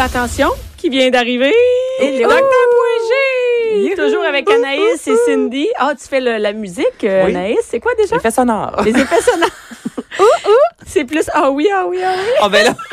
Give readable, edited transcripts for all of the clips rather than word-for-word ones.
attention, qui vient d'arriver. Hello. Dr. Point G. Toujours avec Anaïs et Cindy. Ah, tu fais la musique, Oui. Anaïs. C'est quoi déjà? Effet sonore. Les effets sonores. C'est plus ah oui. Oh, ben là,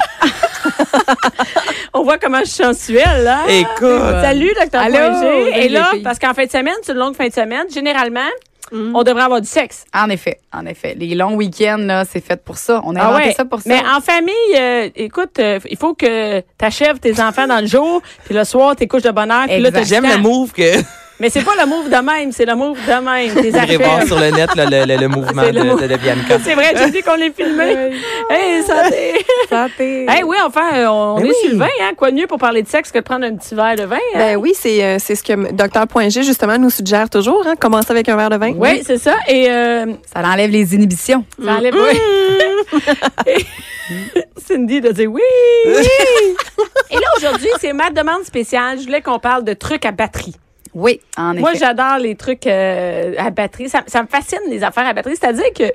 On voit comment je suis sensuelle, là. écoute. Salut, Dr. Allô, Point G. salut, Et là, les filles. parce qu'en fin de semaine, c'est une longue fin de semaine, généralement, on devrait avoir du sexe. En effet. Les longs week-ends, là, c'est fait pour ça. On a inventé ça pour ça. Mais en famille, écoute, il faut que tu achèves tes enfants dans le jour, puis le soir, tes couches de bonheur, puis là, Exact. t'as J'aime du le temps. move que Mais c'est pas le move de même, c'est le move de même. Tes vous irez voir achèves. sur le net là, le mouvement C'est le move. de Bianca. C'est vrai, j'ai dit qu'on les filmait. Hey, santé! Santé. Hey, oui, enfin, on Ben est oui. sur le vin, hein? Quoi de mieux pour parler de sexe que de prendre un petit verre de vin? Hein? Ben oui, c'est ce que Dr. Point G, justement, nous suggère toujours. Hein, commencer avec un verre de vin. Oui, c'est ça. Et Ça enlève les inhibitions. ça enlève. Et Cindy de dire oui. Et là, aujourd'hui, c'est ma demande spéciale. Je voulais qu'on parle de trucs à batterie. Oui, en effet. Moi, j'adore les trucs à batterie. Ça me fascine, les affaires à batterie. C'est-à-dire que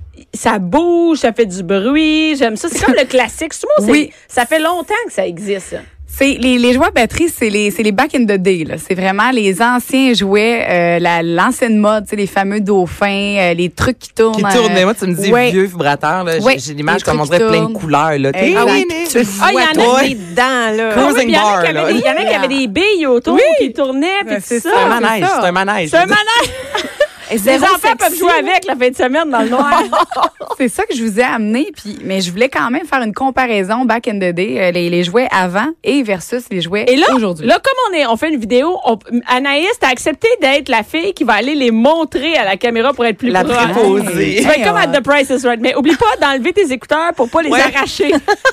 ça bouge, ça fait du bruit. J'aime ça. C'est comme le classique. Souvent, Oui. ça fait longtemps que ça existe. Ça. C'est les jouets à batterie, c'est les back in the day là. C'est vraiment les anciens jouets, l'ancienne mode, tu sais, les fameux dauphins, les trucs qui tournent. Qui tourne, mais moi, tu me dis ouais. vieux vibrateur. Là, Ouais. j'ai l'image Les comme on trucs dirait qui plein de tournent. couleurs. Là. Exact. Ah oui, Tu tu le Ah, il y en a fouettes ouais. des dents, là. Cruising Il y en a bar, qui là. avaient des- il y en a qui avaient des billes autour qui tournaient. Puis c'est tout ça. C'est un ça. manège. ça. C'est un manège. C'est un manège. Les Zéro enfants sexy. peuvent jouer avec la fin de semaine dans le noir. C'est ça que je vous ai amené, mais je voulais quand même faire une comparaison back in the day, les jouets avant et versus les jouets Et là, aujourd'hui. là, comme on fait une vidéo, Anaïs, t'as accepté d'être la fille qui va aller les montrer à la caméra pour être plus La proche. préposée. Tu vas être comme at The Price is Right. Mais oublie pas d'enlever tes écouteurs pour pas les Ouais. arracher.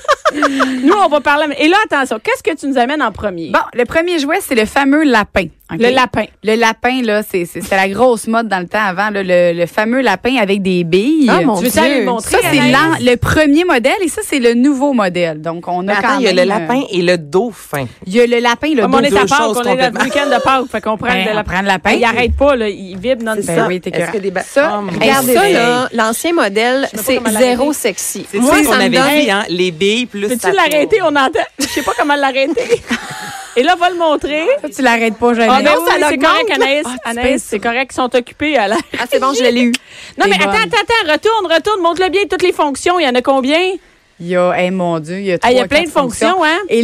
Nous, on va parler. Et là, attention, qu'est-ce que tu nous amènes en premier? Bon, le premier jouet, c'est le fameux lapin. OK? Le lapin. Le lapin, là, c'était la grosse mode dans le temps avant, là, le fameux lapin avec des billes. Ah, mon Tu veux ça Dieu. lui montrer? Ça, c'est Anaïs? le premier modèle et ça, c'est le nouveau modèle. Donc, on a Mais quand attends, il y a même, le lapin et le dauphin. Il y a le lapin et le Comme on est dauphin. à Pâques, choses on est dans le complètement. week-end de Pâques. Fait qu'on prend Ben, le on lapin. prend le lapin. Il arrête pas, là. Il vibre non Ben oui, t'es Est-ce correct. que des Ça, Oh, mon Hey, regardez ça, bien. là, l'ancien modèle, sais pas c'est comment zéro l'arrêter. sexy. C'est Moi, ça ça qu'on me avait donne... dit, hein? Les billes plus Peux-tu ça l'arrêter? tourne. On entend. Je sais pas comment l'arrêter. Et là, va le montrer. Ça, tu l'arrêtes pas jamais. Ah, ben non, oui, ça c'est l'augmente, correct, là. Anaïs. Ah, tu Anaïs, penses c'est correct, ils sont occupés à l'air. Ah, c'est bon, je l'ai lu. Non, mais T'es bonne. attends, retourne, montre-le bien, toutes les fonctions. Il y en a combien? Il y a, mon Dieu, il y a Ah, il y a 3, plein de 4 fonctions, hein? Et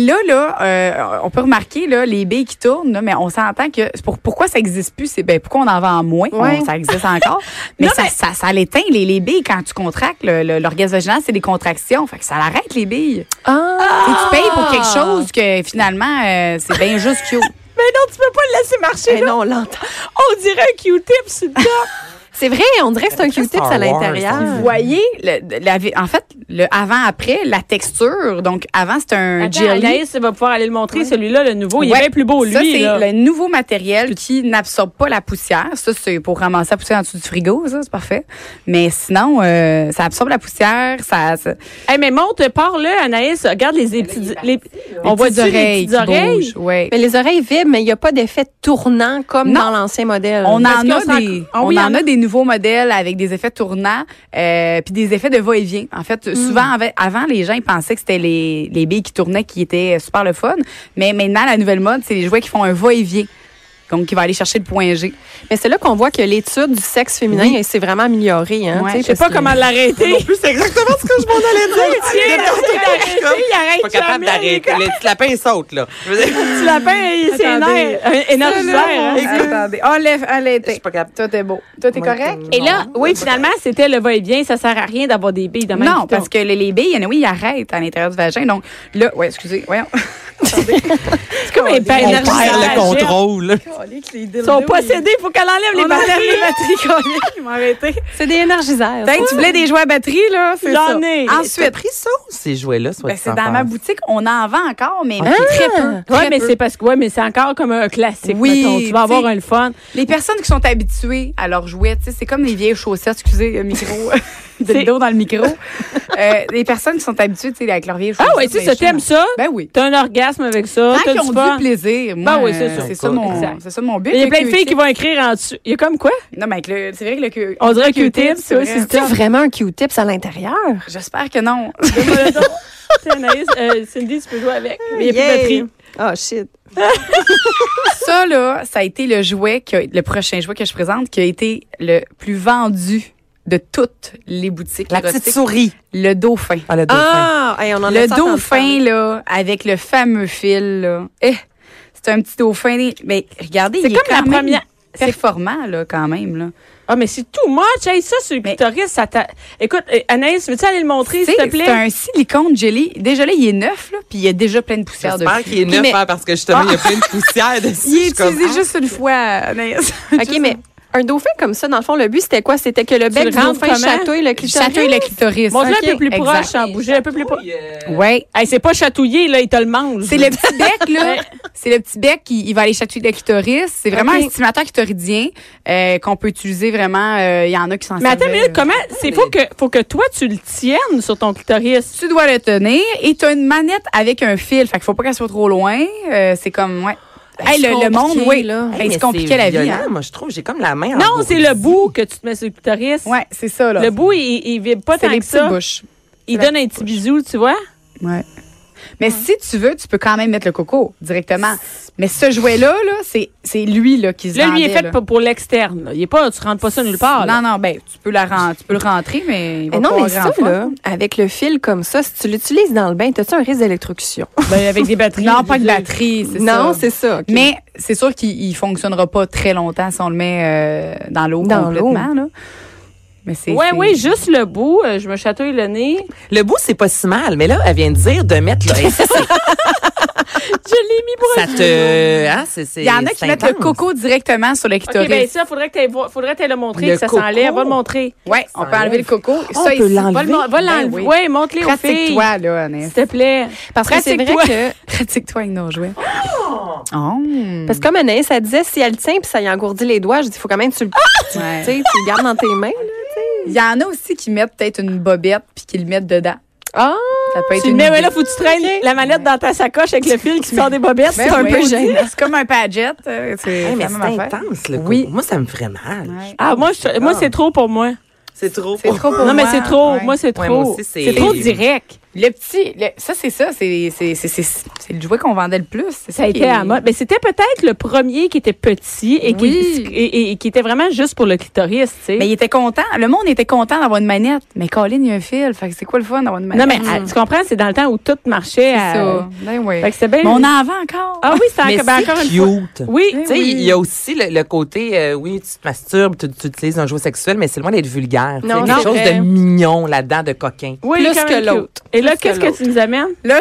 là, on peut remarquer, là, les billes qui tournent, là, mais on s'entend que, pourquoi ça existe plus, pourquoi on en vend moins? Ouais. Ça existe encore. Mais Non, ça l'éteint, les billes, quand tu contractes, l'orgasme vaginal, c'est des contractions. Fait que ça l'arrête, les billes. Ah! Et tu payes pour quelque chose que, finalement, c'est bien juste cute. Mais non, tu peux pas le laisser marcher, Eh là. non, on l'entend. On dirait un Q-tip sur le top. C'est vrai, on dirait que c'est un Q-tips Star à Wars, l'intérieur. ça. Vous voyez, en fait, le avant-après, la texture. Donc, avant, c'était un Attends, jelly. Anaïs va pouvoir aller le montrer. Celui-là, le nouveau, il est Ouais. bien plus beau, lui. Ça, c'est là. le nouveau matériel qui n'absorbe pas la poussière. Ça, c'est pour ramasser la poussière en dessous du frigo, ça, c'est parfait. Mais sinon, ça absorbe la poussière, ça Hey, mais monte, pars-le, Anaïs. Regarde les petites... On voit petites les oreilles petites qui oreilles? bougent, ouais. Mais les oreilles vibrent, mais il n'y a pas d'effet tournant comme Non. dans l'ancien modèle. On Parce en qu'on a se rend- des, Ah oui, on il y en en a a. des nouveaux modèles avec des effets tournants, puis des effets de va-et-vient. En fait, souvent, avant, les gens ils pensaient que c'était les billes qui tournaient qui étaient super le fun. Mais maintenant, la nouvelle mode, c'est les jouets qui font un va-et-vient. Donc, qui va aller chercher le point G. Mais c'est là qu'on voit que l'étude du sexe féminin s'est vraiment améliorée. Hein, Ouais. tu sais, Je sais pas parce que- comment l'arrêter. Non plus, c'est exactement ce que je m'en allais dire. Tiens, il arrête Je suis pas capable d'arrêter. Le petit lapin saute, là. Je veux dire, Le petit lapin, c'est Attendez. énergiseur. hein. Attendez. Oh, lève. je suis pas capable. Toi, t'es beau. Toi, t'es correct? Et là, oui, finalement, c'était le va-et-vient. Ça sert à rien d'avoir des billes de même. Non, qui parce que les billes, oui, ils arrêtent à l'intérieur du vagin. Donc, là, excusez, voyons. c'est comme un pain On énergiseur. perd le contrôle. Ils sont possédés. Il faut qu'elle enlève les batteries. Ils m'ont arrêté. C'est des énergiseurs. Tu voulais des jouets à batterie, là? C'est ça. J'en ai. T'as Ensuite, pris ça ou ces jouets-là, soit c'est dans ma boutique. On en vend encore, mais très peu. Oui, Très mais peu. c'est parce que mais c'est encore comme un classique. Oui, mettons. Tu vas avoir t'sais, un le fun. Les personnes qui sont habituées à leurs jouets, tu sais, c'est comme les vieilles chaussettes, excusez, le micro, de C'est- dos dans le micro. Les personnes qui sont habituées, tu sais, avec leurs vieilles chaussettes. Ah oui, tu sais, t'aimes ça. Ben oui. T'as un orgasme avec ça. Tant T'as qu'ils du ont fun. du plaisir. Moi, Ben oui, c'est ça. Exact. C'est ça mon but. Il y a le plein de filles qui Q-tip. vont écrire en dessous. Il y a comme quoi? Non, mais c'est vrai que le Q. On dirait un Q-tip, c'est toi, vrai. c'est C'est vraiment un Q-tips à l'intérieur. J'espère que non. Anaïs, Cindy, tu peux jouer avec. Mais il n'y a Yay. plus de batterie. Oh, shit. Ça, là, ça a été le prochain jouet que je présente, qui a été le plus vendu de toutes les boutiques La petite érotiques. souris. Le dauphin. Ah, le dauphin. Ah, hey, on en a Le entendu dauphin, parler. là, avec le fameux fil, là. C'est un petit dauphin. Mais regardez, C'est il est comme la quand même première- performant, là, quand même, là. Ah, mais c'est too much. Hey, ça, sur le Mais- clitoris, ça t'a... Écoute, Anaïs, veux-tu aller le montrer, s'il te C'est plaît? un silicone jelly. Déjà là, il est neuf, là, puis il y a déjà plein de poussière J'espère dessus. qu'il est neuf, mais- hein, parce que justement, il y a plein de poussière dessus. Il est Je suis comme, utilisé juste une fois, Anaïs. OK, mais un dauphin comme ça, dans le fond, le but, c'était quoi? C'était que le bec le du rentres dauphin comment? chatouille le clitoris? Chatouille le clitoris. Montre-le Ok, un peu plus proche, exact. en bouger un peu plus proche. Ouais. Hey, c'est pas chatouillé, là, il te le mange. C'est le petit bec, là. Ouais. C'est le petit bec qui il va aller chatouiller le clitoris. C'est vraiment Ok. un stimulateur clitoridien qu'on peut utiliser vraiment. Il y en a qui s'en Mais attends, servaient, mais comment... Faut que toi, tu le tiennes sur ton clitoris. Tu dois le tenir et tu as une manette avec un fil. Fait qu'il faut pas qu'elle soit trop loin. C'est comme, ouais. Hey, c'est le monde, compliqué, oui. là. Hey, c'est compliqué la vie. violent, Hein? Moi, je trouve, j'ai comme la main en Non, c'est le bout que tu te mets sur le clitoris. Ouais, c'est ça, là. Le bout, il vibre pas c'est tant les que petites ça. bouches. Il c'est la donne un petit bisou, tu vois? Ouais. Mais si tu veux, tu peux quand même mettre le coco directement. Mais ce jouet-là, c'est lui là, qui se Là, lui, il est vendait, fait là. pour l'externe. là. Il est pas, tu rentres pas ça nulle part. là. Non, non, ben, tu peux le rentrer, mais. il va Mais non, pas mais avoir ça, grand fun. là, avec le fil comme ça, si tu l'utilises dans le bain, as-tu un risque d'électrocution? Ben, avec des batteries. Non, je pas veux de dire. batterie, c'est ça. Non, c'est ça. ok. Mais c'est sûr qu'il fonctionnera pas très longtemps si on le met dans l'eau Dans complètement. Là. Mais c'est. Ouais, c'est- oui, juste le bout. Je me chatouille le nez. Le bout, c'est pas si mal, mais là, elle vient de dire de mettre, là, et ça, Je l'ai mis pour ça te, hein, c'est, Il y en a qui c'est mettent le intense. coco directement sur le clitoris. OK, ben ça, faudrait que tu le montrer, Le que ça coco. s'enlève. Va le montrer. Ouais, on peut Ça enlever le coco. on Ça, peut ici, l'enlever. Va l'enlever. Ben oui. Oui, montre-les aux filles. Pratique-toi, là, Annette. S'il te plaît. Parce que c'est vrai pratique-toi. que, Pratique-toi avec nos jouets. Oh! parce que comme Anaïs, elle disait, si elle le tient puis ça y engourdit les doigts, je dis, il faut quand même que tu le, tu Ouais. sais, tu le gardes dans tes mains. là. Il y en a aussi qui mettent peut-être une bobette puis qui le mettent dedans. Ah! Ça peut être Tu le une mets, idée. ouais, là, faut que tu traînes la manette dans ta sacoche avec le fil qui sort des bobettes. Ben C'est un oui, peu on dit, gênant. C'est comme un padjet. C'est Hey, mais la c'est même affaire. intense, le Oui. coco. Moi, ça me ferait mal. Ouais. Ah, moi, c'est trop pour moi. C'est trop. C'est trop pour Non, mais moi. c'est trop. Ouais. Moi, c'est Ouais, trop. moi aussi, C'est trop direct. Le petit, ça, c'est le jouet qu'on vendait le plus. C'est Ça a été à mode. Mais c'était peut-être le premier qui était petit et Oui. et qui était vraiment juste pour le clitoris, tu sais. Mais il était content. Le monde était content d'avoir une manette. Mais Colin, il y a un fil. Fait que c'est quoi le fun d'avoir une non, manette? mais tu comprends, c'est dans le temps où tout marchait c'est à. ça. Ben oui. Fait que c'était bien. Mais on en vend encore. Ah oui, c'est Mais encore, encore c'est une fois. cute. Oui. Oui. Tu sais, il y a aussi le côté, oui, tu te masturbes, tu utilises un jouet sexuel, mais c'est loin d'être vulgaire. Tu sais, Non, quelque c'est chose vrai. de mignon là-dedans, de coquin. Oui, Plus quand que même cute. l'autre. Et là, Plus qu'est-ce que que tu nous amènes? Là,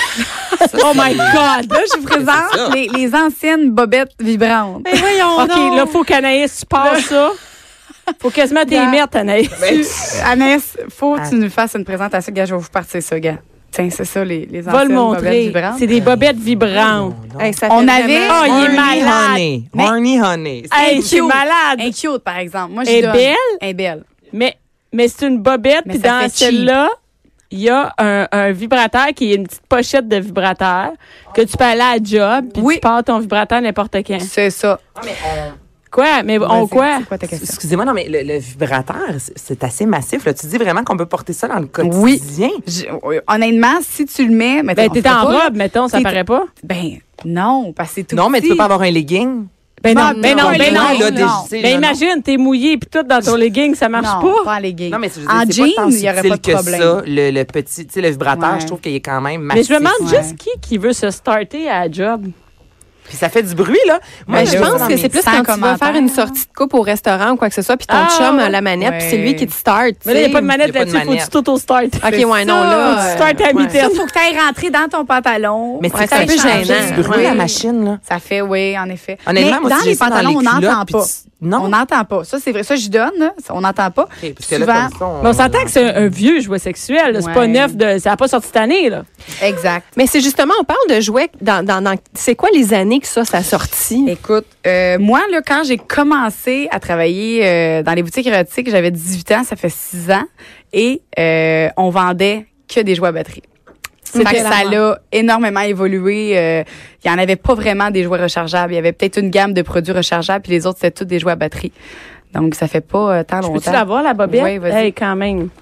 Oh my God! là, je vous C'est ça. présente les anciennes bobettes vibrantes. Mais voyons OK, là, faut qu'Anaïs, tu passes ça. Faut quasiment t'y Gars. mettre, Anaïs. Annès, faut que tu nous fasses une présentation. Gars, je vais vous partir ça, gars. Tiens, c'est ça, les Va anciennes le bobettes montrer. vibrantes. C'est des bobettes vibrantes. Hey, ça On fait avait- vraiment- Oh, il est Horny malade. Honey. Mais- Horny Honey. Hey, c'est cute. malade. Un cute, par exemple. Moi, Elle est je donne. belle? Elle est belle. Mais c'est une bobette, Mais puis ça dans fait cheap. celle-là, il y a un vibrateur qui est une petite pochette de vibrateur que tu peux aller à la job, puis Oui. tu pars ton vibrateur n'importe quand. C'est ça. Ah, mais Quoi? Mais on Vas-y, quoi? C'est quoi ta question? excusez-moi, non, mais le vibrateur, c'est assez massif. Là. Tu dis vraiment qu'on peut porter ça dans le quotidien? Honnêtement, si tu le mets, mais Ben, on t'es fera en pas, robe, mettons, ça T'es- paraît pas. Ben, non, parce que c'est tout Non, mais tu petit. peux pas avoir un legging. Ben non, Non, ben non, non, ben non, non. là, non. tu sais, Ben là, non. imagine, t'es mouillé puis tout dans ton legging, ça marche non, pas. en legging. Non, mais je veux En dire, c'est jean, pas tant il y aurait subtil pas de que problème. ça, le petit, tu sais, le vibrateur, Ouais. je trouve qu'il est quand même Mais massif. je me demande Ouais. juste qui veut se starter à la job. Puis ça fait du bruit, là. Moi, Ben, je je vois ça pense dans que mes- c'est plus sans quand tu vas commentaire. faire une sortie de couple au restaurant ou quoi que ce soit, puis ton Ah, chum a ouais. la manette, puis c'est Ouais. lui qui te start. Mais là, il n'y a tu pas de sais. manette Y a pas de là-dessus, faut que tu manette. t'auto-start. OK, ouais, non, là. Faut que tu startes à ouais. mi-tête. Ça, faut que tu ailles rentrer dans ton pantalon. Mais Ouais, c'est c'est un peu changer gênant. du bruit, Ouais. la machine, là. Ça fait, oui, en effet. Honnêtement, mais moi, dans si j'ai les ça dans pantalons, on les culottes, n'entend puis pas. non. On n'entend pas. Ça, c'est vrai. Ça, je donne, là. On n'entend pas. OK, parce que là, Souvent- comme ça, Mais on s'entend que c'est un vieux jouet sexuel. là. C'est Ouais. pas neuf. Ça n'a pas sorti cette année. Là. Exact. Mais c'est justement, on parle de jouets c'est quoi les années que ça a sorti? Écoute, moi, là, quand j'ai commencé à travailler dans les boutiques érotiques, j'avais 18 ans, ça fait 6 ans, et on vendait que des jouets à batterie. Fait que ça l'a énormément évolué. Il y en avait pas vraiment des jouets rechargeables. Il y avait peut-être une gamme de produits rechargeables, puis les autres, c'était tous des jouets à batterie. Donc, ça fait pas tant Peux-tu longtemps. l'avoir, la bobette? Oui, vas-y. Hey, quand même.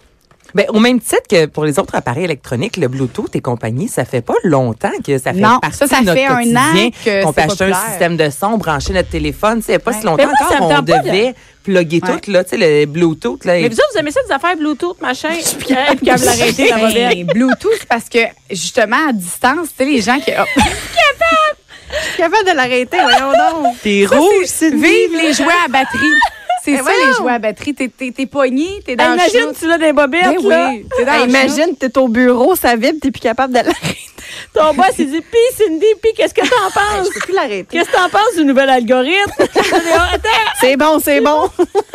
Ben, au même titre que pour les autres appareils électroniques, le Bluetooth et compagnie, ça fait pas longtemps que ça fait Non, partie ça de notre fait un quotidien, an que qu'on peut c'est acheter populaire. un système de son, brancher notre téléphone. C'est pas si longtemps Mais moi, ça me encore, on tente pas, devait plugger Ouais. tout, là, tu sais, le Bluetooth, là. Mais vous autres, vous aimez ça des affaires Bluetooth, machin? Je suis plus capable de l'arrêter, la Ben, bobette. Bluetooth, parce que, justement, à distance, tu sais, les gens qui... oh, Je suis capable de l'arrêter, voyons donc. T'es rouge, c'est vive les jouets à batterie. C'est ça, voyons. les jouets à batterie. T'es pogné, t'es dans le Imagine, chenoute. tu l'as des bobettes, Ben là. oui, t'es dans Hey, le chenoute. imagine, t'es au bureau, ça vibre, t'es plus capable de l'arrêter. Ton boss, il dit, pis Cindy, pis qu'est-ce que t'en penses? Je peux plus l'arrêter. Qu'est-ce que t'en penses du nouvel algorithme? Attends! C'est bon, c'est bon.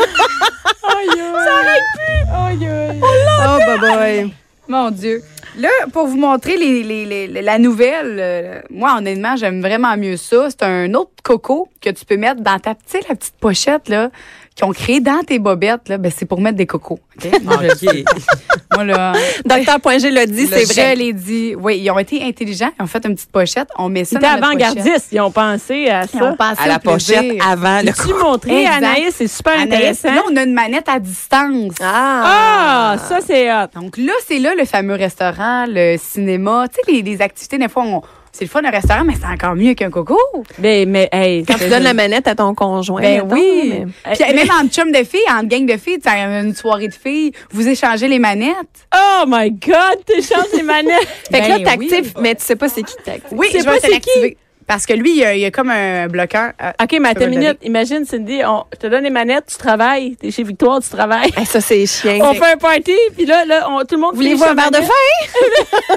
Ça arrête plus! Aïe, aïe. Oh, bye bye. Mon Dieu. Là, pour vous montrer la nouvelle, moi, honnêtement, j'aime vraiment mieux ça. C'est un autre coco que tu peux mettre dans ta la petite pochette, là, qu'ils ont créé dans tes bobettes, là. Ben, c'est pour mettre des cocos. OK? Moi, moi, là. Docteur.g l'a dit, c'est vrai. Je l'ai dit. Oui, ils ont été intelligents. Ils ont fait une petite pochette. On met ça Ils étaient dans notre pochette. avant-gardistes. Ils ont pensé à Ils ont ça. pensé à la au plaisir. pochette avant le Tu montré, Exact. Anaïs, c'est super Anaïs, intéressant. là, on a une manette à distance. Ah, ça, c'est hot. Donc là, c'est là le fameux restaurant, le cinéma. Tu sais, les activités, des fois, c'est le fun, un restaurant, mais c'est encore mieux qu'un coco. Mais, hey, Quand tu donnes la manette à ton conjoint. Ben mettons, oui. mais- Puis même entre chum de filles, entre gang de filles, tu as une soirée de filles, vous échangez les manettes. oh my God, t'échanges les manettes. Fait que là, Ben t'actives, oui. mais tu sais pas c'est qui t'active. Oui, sais je pas vais te c'est l'activer. Parce que lui, il y a comme un bloqueur. OK, mais attends peux une me minute. Imagine, Cindy, je te donne les manettes, tu travailles. T'es chez Victoire, tu travailles. Hey, ça, c'est chiant. On fait un party, puis là, tout le monde Voulez-vous finit un verre de manette. vin?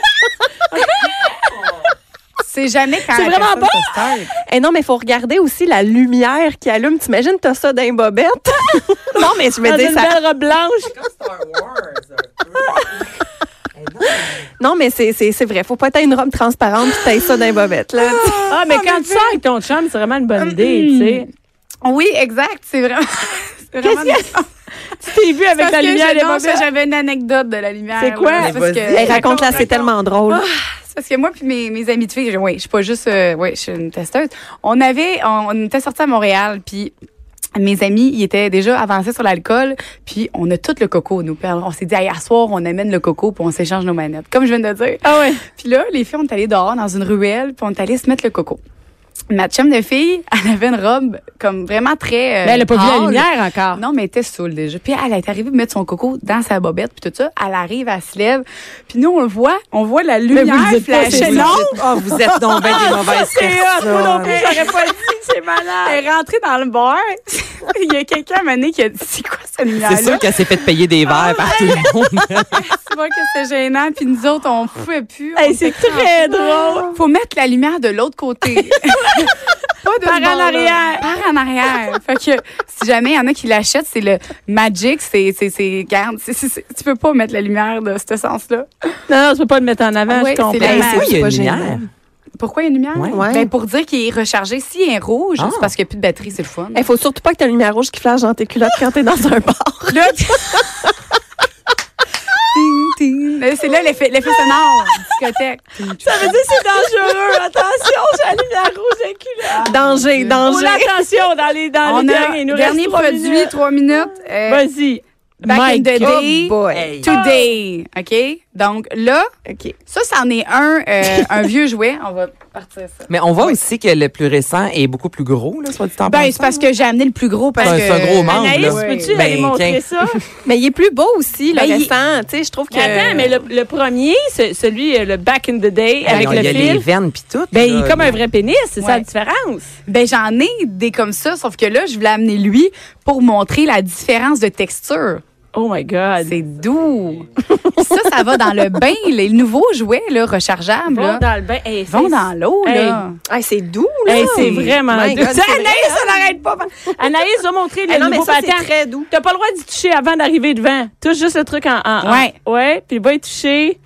C'est jamais quand C'est la vraiment personne se start. Eh non, mais il faut regarder aussi la lumière qui allume. T'imagines, t'as ça dans les bobettes? Non, mais je me Dans dis une ça. belle robe blanche. comme Star Wars, Non, mais c'est vrai. Faut pas être une robe transparente puis t'aies ça dans les bobettes, là. Ah, mais quand tu sors avec ton chum, c'est vraiment une bonne idée, tu sais. Oui, exact. C'est vraiment. C'est vraiment Tu t'es vu avec Parce la que lumière des non, ça, bobettes. j'avais une anecdote de la lumière. C'est quoi? là. Mais C'est parce que- vas-y. Hey, raconte-la, c'est tellement drôle. C'est parce que moi puis mes amis de filles, oui, je suis pas juste, je suis une testeuse. On était sortis à Montréal, puis mes amis, ils étaient déjà avancés sur l'alcool, puis on a tout le coco, nous. Puis on s'est dit, hey, à soir, on amène le coco, puis on s'échange nos manettes. Comme je viens de dire. Ah ouais. Puis là, les filles, on est allées dehors dans une ruelle, puis on est allées se mettre le coco. Ma chum de fille, elle avait une robe comme vraiment très. Mais elle a pas vu la pâle. lumière encore. Non, mais elle était saoule déjà. Puis elle est arrivée mettre son coco dans sa bobette, puis tout ça. Elle arrive, elle se lève. Puis nous, on voit la lumière vous le dites pas, flasher. c'est Non! Oh, vous êtes donc bien des mauvaises Moi non plus, personnes. j'aurais pas dit que c'est malade. Elle est rentrée dans le bar. Il y a quelqu'un à un moment donné qui a dit, c'est quoi cette lumière-là? C'est sûr qu'elle s'est fait payer des verres par tout le monde. Tu vois que c'est gênant. Puis nous autres, on pouvait plus. Hey, On c'est était très crampés. drôle. Faut mettre la lumière de l'autre côté. Pas de Par ce en bord-là. arrière. Par en arrière. Fait que si jamais il y en a qui l'achètent, c'est le Magic. Garde, tu peux pas mettre la lumière de ce sens-là. Non, tu peux pas le mettre en avant, Oui, je comprends. c'est la- Pourquoi il y a pas une gênant. lumière? Pourquoi il y a une lumière? Ouais. Ben, pour dire qu'il est rechargé. S'il est rouge, Ah. c'est parce qu'il n'y a plus de batterie, c'est le fun. Il faut surtout pas que t'aies une lumière rouge qui flash dans tes culottes quand t'es dans un bar. Là, Ting, ting. Là, c'est là l'effet sonore, discothèque. Ça veut dire que c'est dangereux. Attention, j'ai la lumière rouge et culotte. Danger, Oh, danger. attention dans les On derniers. Il nous a dernier reste 3 produit, minutes. 3 minutes. Vas-y. Back in the God. day, boy. Hey. today. OK? Donc là, OK. ça, c'en est un vieux jouet. On va partir ça. Mais on voit aussi que le plus récent est beaucoup plus gros, là, soit dit en Ben, passant. c'est parce que j'ai amené le plus gros parce que. C'est un gros membre, Anaïs, là. peux-tu Ben, aller montrer tiens. ça? Mais il est plus beau aussi, le Ben, il- récent. Tu sais, je trouve que. Attends, mais le premier, celui, le Back in the Day, Ben, avec il le y a les fil, veines puis tout. ben, il là, est comme là. un vrai pénis, c'est ça la Ouais. différence. Ben, j'en ai des comme ça, sauf que là, je voulais amener lui pour montrer la différence de texture. Oh my God. C'est doux. ça va dans le bain. Les nouveaux jouets, là, rechargeables, Vont là, dans le bain. Hey, vont dans l'eau, Hey. là. Hey, c'est doux, là. Hey, c'est vraiment My doux. God, Ça, c'est vrai, Anaïs, hein? ça n'arrête pas. Anaïs va montrer le Eh non, mais nouveau ça, c'est patent. très doux. T'as pas le droit d'y toucher avant d'arriver devant. Touche juste le truc en Ouais. ouais, puis va y toucher.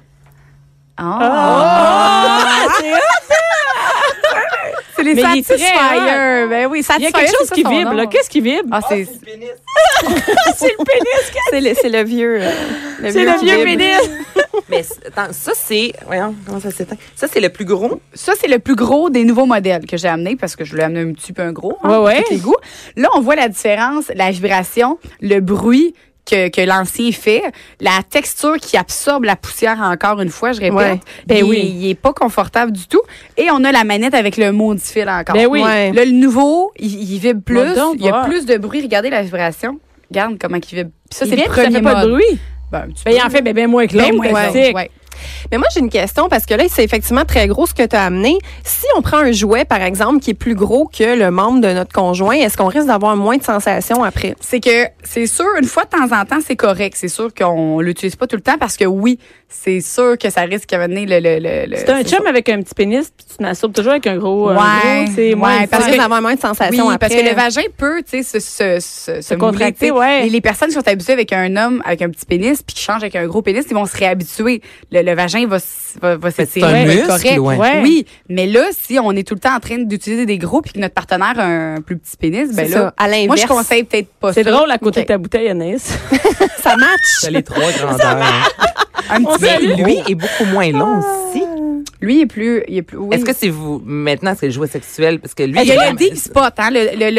Ah. C'est hot. C'est les Mais il est très Satisfyer. Ben oui, Il y Satisfyer, a quelque chose c'est ça qui son vibre, nom. là. Qu'est-ce qui vibre? Ah, c'est... C'est le pénis. C'est le vieux. C'est le qui vieux vibre. pénis. Mais attends, ça, c'est. Voyons, comment ça s'éteint? Ça, c'est le plus gros. Ça, c'est le plus gros des nouveaux modèles que j'ai amené parce que je voulais amener un petit peu un gros. Ouais, ouais. Pour tous les goûts. Là, on voit la différence, la vibration, le bruit que l'ancien fait, la texture qui absorbe la poussière encore une fois, je répète, Ouais. Ben oui. il est pas confortable du tout. Et on a la manette avec le maudit fil encore. Ben oui. Ouais. Là, le nouveau, il vibre plus, Va donc il y a voir. plus de bruit. Regardez la vibration. Regarde comment il vibre. Puis ça, Il c'est le vient, puis ça premier fait pas de mode. bruit. Ben, un petit Ben, il peu. en fait ben moins que Ben, l'autre. moins que classique. l'autre, ouais. Mais moi, j'ai une question parce que là, c'est effectivement très gros ce que tu as amené. Si on prend un jouet, par exemple, qui est plus gros que le membre de notre conjoint, est-ce qu'on risque d'avoir moins de sensations après? C'est que, c'est sûr, une fois de temps en temps, c'est correct. C'est sûr qu'on l'utilise pas tout le temps parce que oui, c'est sûr que ça risque d'amener le C'est un chum avec un petit pénis, puis tu te masturbes toujours avec un gros. Ouais, c'est moins ouais, le parce fun. Parce que d'avoir moins de sensations Oui, après. parce que le vagin peut, tu sais, se contracter, mouler, tu sais. ouais. Et les personnes qui sont habituées avec un homme avec un petit pénis puis qui changent avec un gros pénis, ils vont se réhabituer. Le vagin va s'étirer. un va être muscle, correct. ouais. Oui, mais là, si on est tout le temps en train d'utiliser des gros puis que notre partenaire a un plus petit pénis, ben C'est là, ça. À l'inverse. moi, je conseille peut-être pas C'est ça. drôle à côté Ok. de ta bouteille, Anaïs. ça match. T'as les trois grandeurs. Un petit Mais peu. lui est beaucoup moins long aussi. Lui, il est plus, oui. Est-ce que c'est vous, maintenant, c'est le jouet sexuel? Parce que lui, Il y a est le deep spot, hein.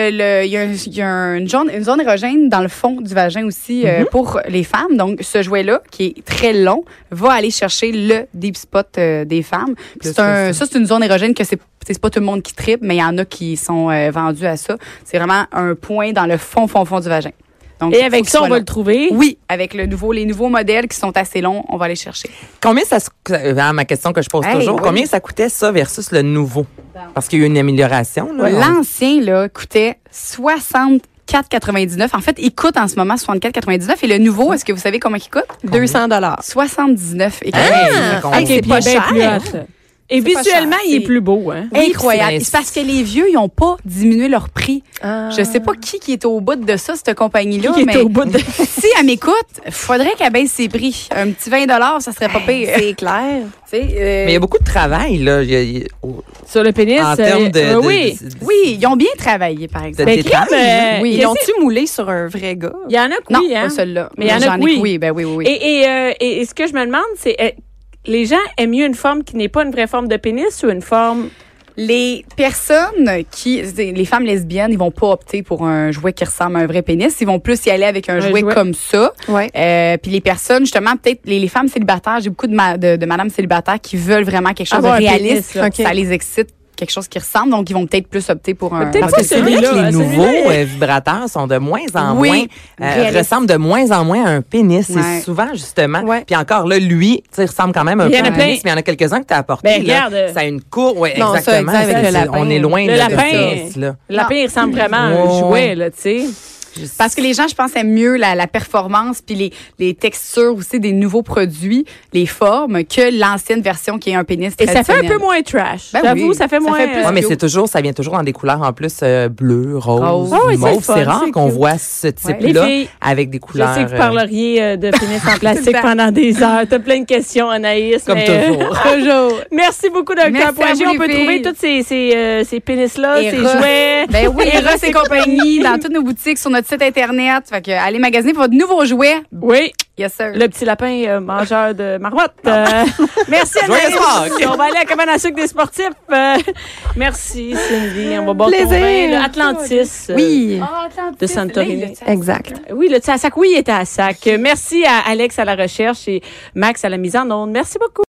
Il y a une zone érogène dans le fond du vagin aussi pour les femmes. Donc, ce jouet-là, qui est très long, va aller chercher le deep spot des femmes. Puis c'est une zone érogène que c'est pas tout le monde qui tripe, mais il y en a qui sont vendus à ça. C'est vraiment un point dans le fond du vagin. Donc, Et faut avec qu'il ça, on soit va long. le trouver. Oui, avec les nouveaux modèles qui sont assez longs, on va aller chercher. Combien ça ma question que je pose Hey, toujours, oui. combien ça coûtait ça versus le nouveau? Parce qu'il y a eu une amélioration, là. L'ancien, là, coûtait 64,99. En fait, il coûte en ce moment 64,99. Et le nouveau, est-ce que vous savez comment il coûte? 200 79,99. Hey, Ah! ça Avec compte. les c'est pas pieds bien cher. plus hauts. Et C'est pas visuellement, cher, il est c'est- plus beau, hein. Incroyable. puis C'est parce que les vieux, ils n'ont pas diminué leur prix. Ah. Je sais pas qui est au bout de ça, cette compagnie-là. Qui est mais au bout de- si elle m'écoute, faudrait qu'elle baisse ses prix. Un petit 20 ça serait pas pire. C'est clair. Tu sais, Mais il y a beaucoup de travail, là. Sur le pénis. En termes de, oui. oui, ils ont bien travaillé, par exemple. de Ben, détails. crème, Oui. Ils qu'est-ce l'ont-tu moulé sur un vrai gars? Il y en a que Non, oui, hein. pas celle-là. Mais il y en a J'en que ai oui. que oui. Ben oui, oui, oui. Et ce que je me demande, c'est les gens aiment mieux une forme qui n'est pas une vraie forme de pénis ou une forme. Les personnes les femmes lesbiennes, ils vont pas opter pour un jouet qui ressemble à un vrai pénis. Ils vont plus y aller avec un jouet comme ça. Ouais. Puis les personnes, justement, peut-être les femmes célibataires, j'ai beaucoup de madames célibataires qui veulent vraiment quelque chose Avoir un de réaliste. pénis, là. OK. Ça les excite, quelque chose qui ressemble. Donc, ils vont peut-être plus opter pour un... peut-être Parce pas que c'est vrai celui-là, que les celui-là, nouveaux il- vibrateurs sont de moins en Oui, moins, réalistes. ressemblent de moins en moins à un pénis. Ouais. C'est souvent, justement. Ouais. Puis encore là, lui, tu sais, il ressemble quand même un Il y peu en à a un plein. pénis, mais il y en a quelques-uns que tu as apporté. Ben, là. regarde. Ça a une courbe. Oui, Non, ça, exactement. exact, avec le lapin. On est loin Le de lapin. pénis, là. Le lapin, il ressemble vraiment à un Ouais. jouet, là, tu sais. Parce que les gens, je pense, aiment mieux la performance puis les textures aussi des nouveaux produits, les formes, que l'ancienne version qui est un pénis Et ça fait un traditionnel. peu moins trash. Ben J'avoue, oui. ça fait Ça moins. fait plus- Ouais, mais ça vient toujours dans des couleurs en plus bleu, rose, Rose. Ah oui, c'est mauve. le fun, C'est rare c'est qu'on cute. voit ce Les type-là filles, avec des je couleurs. sais que vous parleriez de pénis en plastique pendant des heures. T'as plein de questions, Anaïs. Comme mais, toujours. toujours. Merci beaucoup, Dr. Merci à Poirier. vous, On peut les trouver filles. tous ces pénis-là, ces Eros. jouets. Ben oui, Eros et compagnie, dans toutes nos boutiques, sur notre site Internet. Fait que allez magasiner pour votre nouveau jouet. Oui, Yes, sir. le petit lapin mangeur de marmotte. Merci, Joyeux Anaïs. Pâques. On va aller à la cabane à sucre des sportifs. Merci, Cindy. On va boire ton Plaisir. vin. Le Atlantis. Oui. de Santorini. Exact. Oui, le à sac, oui, il était à sac. Merci à Alex à la recherche et Max à la mise en onde. Merci beaucoup.